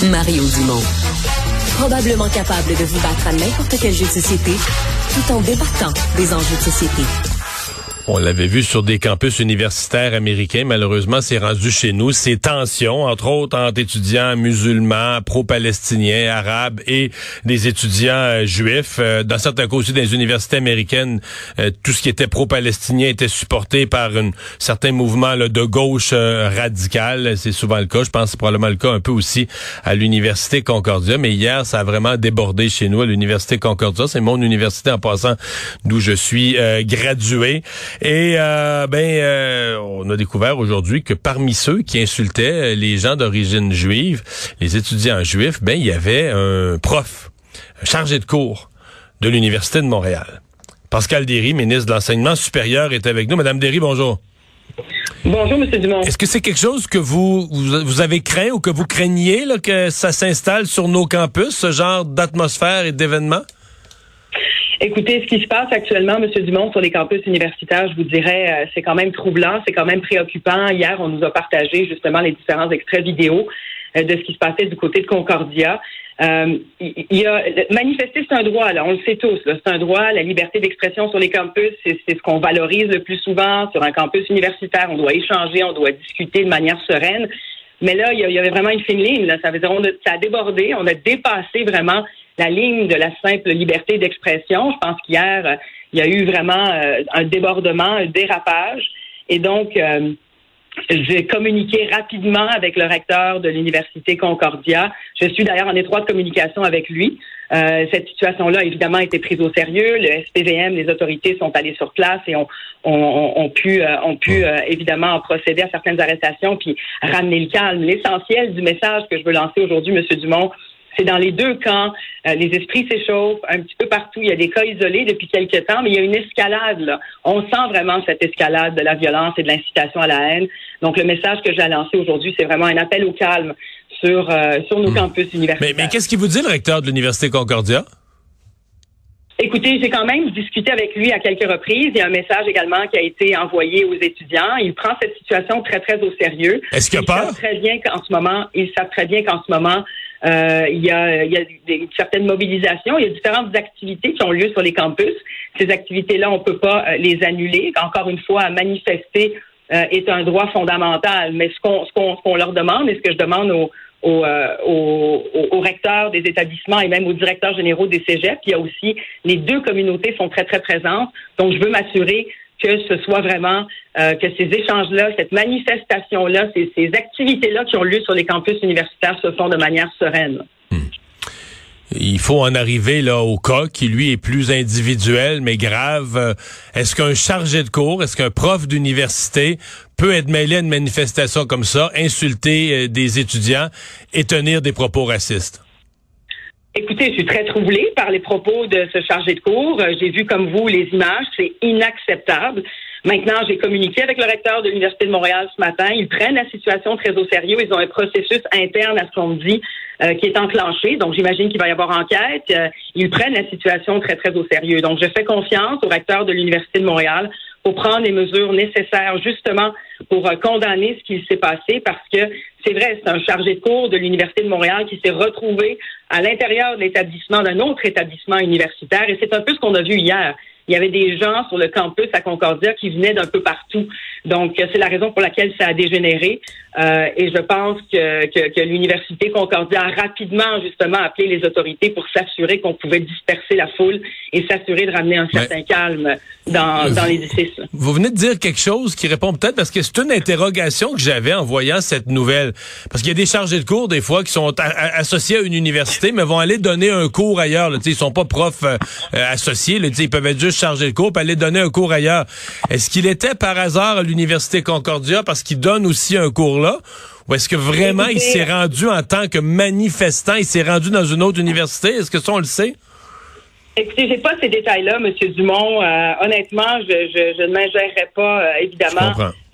Mario Dumont. Probablement capable de vous battre à n'importe quel jeu de société, tout en débattant des enjeux de société. On l'avait vu sur des campus universitaires américains. Malheureusement, c'est rendu chez nous. Ces tensions, entre autres, entre étudiants musulmans, pro-palestiniens, arabes et des étudiants juifs. Dans certains cas aussi, dans les universités américaines, tout ce qui était pro-palestinien était supporté par un certain mouvement là, de gauche radical. C'est souvent le cas. Je pense que c'est probablement le cas un peu aussi à l'Université Concordia. Mais hier, ça a vraiment débordé chez nous à l'Université Concordia. C'est mon université en passant d'où je suis gradué. Et on a découvert aujourd'hui que parmi ceux qui insultaient les gens d'origine juive, les étudiants juifs, il y avait un prof, un chargé de cours de l'Université de Montréal. Pascal Derry, ministre de l'Enseignement supérieur, est avec nous. Madame Derry, bonjour. Bonjour, M. Dumont. Est-ce que c'est quelque chose que vous avez craint ou que vous craigniez là, que ça s'installe sur nos campus, ce genre d'atmosphère et d'événements? Écoutez, ce qui se passe actuellement, M. Dumont, sur les campus universitaires, je vous dirais, c'est quand même troublant, c'est quand même préoccupant. Hier, on nous a partagé justement les différents extraits vidéo de ce qui se passait du côté de Concordia. Manifester, c'est un droit, là, on le sait tous, là, c'est un droit. La liberté d'expression sur les campus, c'est ce qu'on valorise le plus souvent. Sur un campus universitaire, on doit échanger, on doit discuter de manière sereine. Mais là, il y avait vraiment une fine ligne, là. Ça veut dire, ça a débordé, on a dépassé vraiment la ligne de la simple liberté d'expression. Je pense qu'hier, il y a eu vraiment un débordement, un dérapage. Et donc, j'ai communiqué rapidement avec le recteur de l'Université Concordia. Je suis d'ailleurs en étroite communication avec lui. Cette situation-là, évidemment, a été prise au sérieux. Le SPVM, les autorités sont allées sur place et ont pu évidemment procéder à certaines arrestations puis ramener le calme. L'essentiel du message que je veux lancer aujourd'hui, M. Dumont, c'est dans les deux camps, les esprits s'échauffent un petit peu partout. Il y a des cas isolés depuis quelques temps, mais il y a une escalade, là. On sent vraiment cette escalade de la violence et de l'incitation à la haine. Donc, le message que j'ai lancé aujourd'hui, c'est vraiment un appel au calme sur nos campus universitaires. Mais qu'est-ce qu'il vous dit, le recteur de l'Université Concordia? Écoutez, j'ai quand même discuté avec lui à quelques reprises. Il y a un message également qui a été envoyé aux étudiants. Il prend cette situation très, très au sérieux. Est-ce qu'il a peur? Ils savent très bien qu'en ce moment, il y a une certaine mobilisation. Il y a différentes activités qui ont lieu sur les campus. Ces activités-là, on peut pas les annuler. Encore une fois, manifester est un droit fondamental. Mais ce qu'on leur demande et ce que je demande aux recteurs des établissements et même aux directeurs généraux des cégeps, il y a aussi, les deux communautés sont très, très présentes. Donc, je veux m'assurer que ce soit vraiment, que ces échanges-là, cette manifestation-là, ces activités-là qui ont lieu sur les campus universitaires se font de manière sereine. Il faut en arriver là au cas qui, lui, est plus individuel, mais grave. Est-ce qu'un chargé de cours, est-ce qu'un prof d'université peut être mêlé à une manifestation comme ça, insulter des étudiants et tenir des propos racistes? Écoutez, je suis très troublée par les propos de ce chargé de cours. J'ai vu comme vous les images, c'est inacceptable. Maintenant, j'ai communiqué avec le recteur de l'Université de Montréal ce matin. Ils prennent la situation très au sérieux. Ils ont un processus interne à ce qu'on dit qui est enclenché. Donc, j'imagine qu'il va y avoir enquête. Ils prennent la situation très, très au sérieux. Donc, je fais confiance au recteur de l'Université de Montréal pour prendre les mesures nécessaires justement pour condamner ce qui s'est passé parce que c'est vrai, c'est un chargé de cours de l'Université de Montréal qui s'est retrouvé à l'intérieur de l'établissement d'un autre établissement universitaire et c'est un peu ce qu'on a vu hier. Il y avait des gens sur le campus à Concordia qui venaient d'un peu partout. Donc, c'est la raison pour laquelle ça a dégénéré. Et je pense que l'Université Concordia a rapidement, justement, appelé les autorités pour s'assurer qu'on pouvait disperser la foule et s'assurer de ramener un certain calme dans l'édifice. Vous venez de dire quelque chose qui répond peut-être, parce que c'est une interrogation que j'avais en voyant cette nouvelle. Parce qu'il y a des chargés de cours, des fois, qui sont associés à une université, mais vont aller donner un cours ailleurs. Là. Ils sont pas profs associés. Là. Ils peuvent être juste chargés de cours et aller donner un cours ailleurs. Est-ce qu'il était par hasard à l'Université Concordia parce qu'il donne aussi un cours là? Ou est-ce que vraiment il s'est rendu en tant que manifestant, il s'est rendu dans une autre université? Est-ce que ça, on le sait? Écoutez, j'ai pas ces détails-là, M. Dumont. Honnêtement, je ne m'ingérerai pas, évidemment,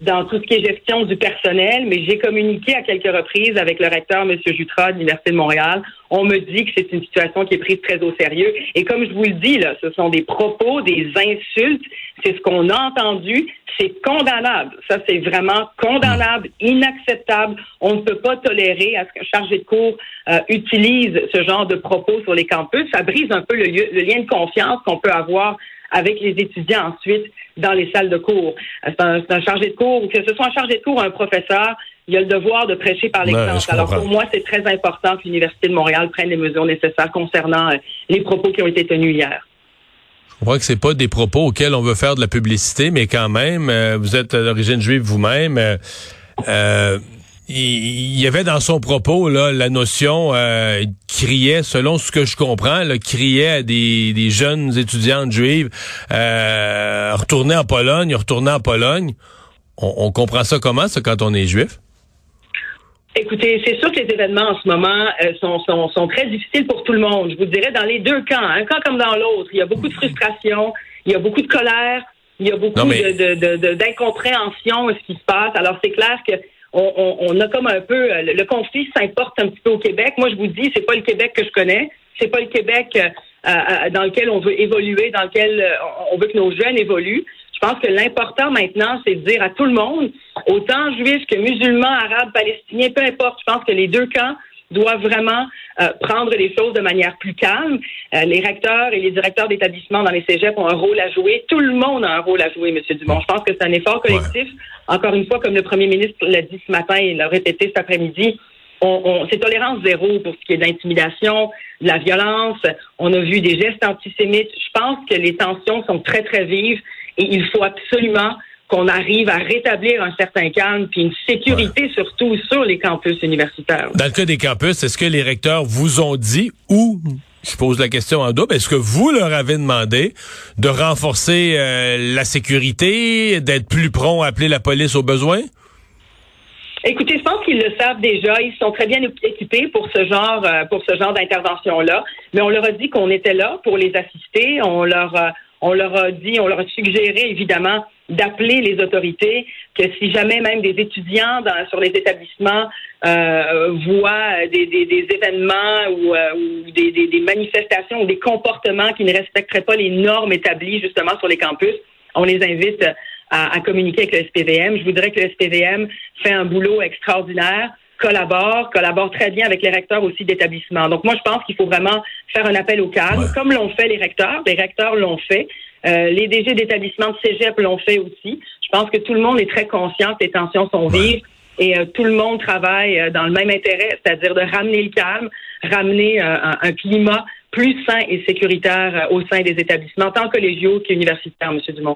dans tout ce qui est gestion du personnel, mais j'ai communiqué à quelques reprises avec le recteur, M. Jutra, de l'Université de Montréal. On me dit que c'est une situation qui est prise très au sérieux. Et comme je vous le dis, là, ce sont des propos, des insultes. C'est ce qu'on a entendu. C'est condamnable. Ça, c'est vraiment condamnable, inacceptable. On ne peut pas tolérer à ce qu'un chargé de cours utilise ce genre de propos sur les campus. Ça brise un peu le lien de confiance qu'on peut avoir avec les étudiants ensuite dans les salles de cours. C'est un chargé de cours, ou que ce soit un chargé de cours ou un professeur, il a le devoir de prêcher par l'exemple. Alors pour moi, c'est très important que l'Université de Montréal prenne les mesures nécessaires concernant les propos qui ont été tenus hier. Je comprends que c'est pas des propos auxquels on veut faire de la publicité, mais quand même, vous êtes d'origine juive vous-même. Il y avait dans son propos là la notion, criait, selon ce que je comprends, là, criait à des jeunes étudiantes juives, retourner en Pologne. On comprend ça comment, ça, quand on est juif? Écoutez, c'est sûr que les événements en ce moment sont très difficiles pour tout le monde. Je vous dirais dans les deux camps, un camp comme dans l'autre. Il y a beaucoup de frustration, il y a beaucoup de colère, il y a beaucoup d'incompréhension de ce qui se passe. Alors c'est clair que on a comme un peu le conflit s'importe un petit peu au Québec. Moi, je vous dis, c'est pas le Québec que je connais, c'est pas le Québec dans lequel on veut évoluer, dans lequel on veut que nos jeunes évoluent. Je pense que l'important maintenant, c'est de dire à tout le monde, autant juifs que musulmans, arabes, palestiniens, peu importe. Je pense que les deux camps doivent vraiment prendre les choses de manière plus calme. Les recteurs et les directeurs d'établissement dans les cégeps ont un rôle à jouer. Tout le monde a un rôle à jouer, M. Dumont. Je pense que c'est un effort collectif. Ouais. Encore une fois, comme le premier ministre l'a dit ce matin et l'a répété cet après-midi, c'est tolérance zéro pour ce qui est de l'intimidation, de la violence. On a vu des gestes antisémites. Je pense que les tensions sont très, très vives et il faut absolument qu'on arrive à rétablir un certain calme puis une sécurité surtout sur les campus universitaires. Dans le cas des campus, est-ce que les recteurs vous ont dit ou, je pose la question en double, est-ce que vous leur avez demandé de renforcer la sécurité, d'être plus prompt à appeler la police au besoin? Écoutez, je pense qu'ils le savent déjà. Ils sont très bien équipés pour ce genre d'intervention-là. Mais on leur a dit qu'on était là pour les assister. On leur a suggéré, évidemment, d'appeler les autorités, que si jamais même des étudiants sur les établissements voient des événements ou des manifestations ou des comportements qui ne respecteraient pas les normes établies justement sur les campus, on les invite à communiquer avec le SPVM. Je vous dirais que le SPVM fait un boulot extraordinaire, collabore très bien avec les recteurs aussi d'établissements. Donc moi, je pense qu'il faut vraiment faire un appel au calme, comme l'ont fait les recteurs. Les recteurs l'ont fait. Les DG d'établissements de cégep l'ont fait aussi. Je pense que tout le monde est très conscient que les tensions sont vives et tout le monde travaille dans le même intérêt, c'est-à-dire de ramener le calme, ramener un climat plus sain et sécuritaire au sein des établissements, tant collégiaux qu'universitaires, M. Dumont.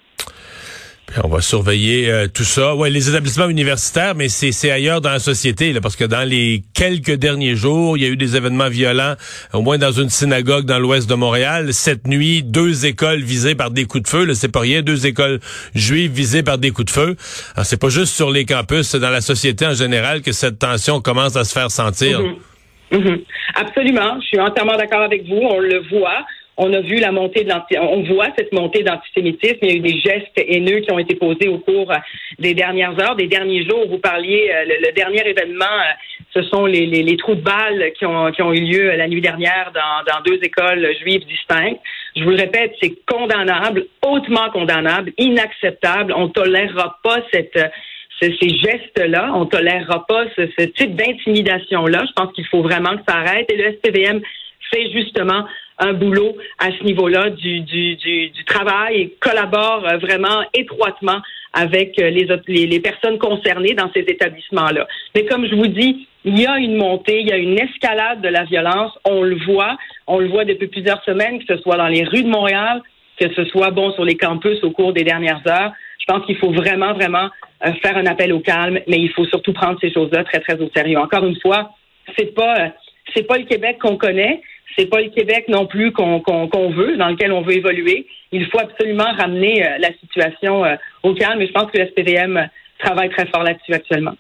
On va surveiller tout ça. Ouais, les établissements universitaires, mais c'est ailleurs dans la société, là, parce que dans les quelques derniers jours, il y a eu des événements violents, au moins dans une synagogue dans l'ouest de Montréal. Cette nuit, 2 écoles visées par des coups de feu. Là, c'est pas rien, 2 écoles juives visées par des coups de feu. Alors, c'est pas juste sur les campus, c'est dans la société en général que cette tension commence à se faire sentir. Absolument. Je suis entièrement d'accord avec vous. On le voit. On a vu on voit cette montée d'antisémitisme. Il y a eu des gestes haineux qui ont été posés au cours des dernières heures, des derniers jours. Vous parliez, le dernier événement, ce sont les trous de balles qui ont eu lieu la nuit dernière dans 2 écoles juives distinctes. Je vous le répète, c'est condamnable, hautement condamnable, inacceptable. On tolérera pas ces gestes-là, on tolérera pas ce type d'intimidation-là. Je pense qu'il faut vraiment que ça arrête. Et le SPVM fait justement un boulot à ce niveau-là du travail et collabore vraiment étroitement avec les personnes concernées dans ces établissements-là. Mais comme je vous dis, il y a une montée, il y a une escalade de la violence. On le voit depuis plusieurs semaines, que ce soit dans les rues de Montréal, que ce soit sur les campus au cours des dernières heures. Je pense qu'il faut vraiment faire un appel au calme, mais il faut surtout prendre ces choses-là très, très au sérieux. Encore une fois, c'est pas le Québec qu'on connaît. C'est pas le Québec non plus qu'on veut, dans lequel on veut évoluer. Il faut absolument ramener la situation au calme et je pense que le SPVM travaille très fort là-dessus actuellement.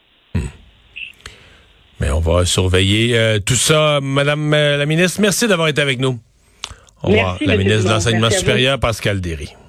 Mais on va surveiller tout ça. Madame la ministre, merci d'avoir été avec nous. Au revoir. La ministre de l'Enseignement supérieur, Pascale Derry.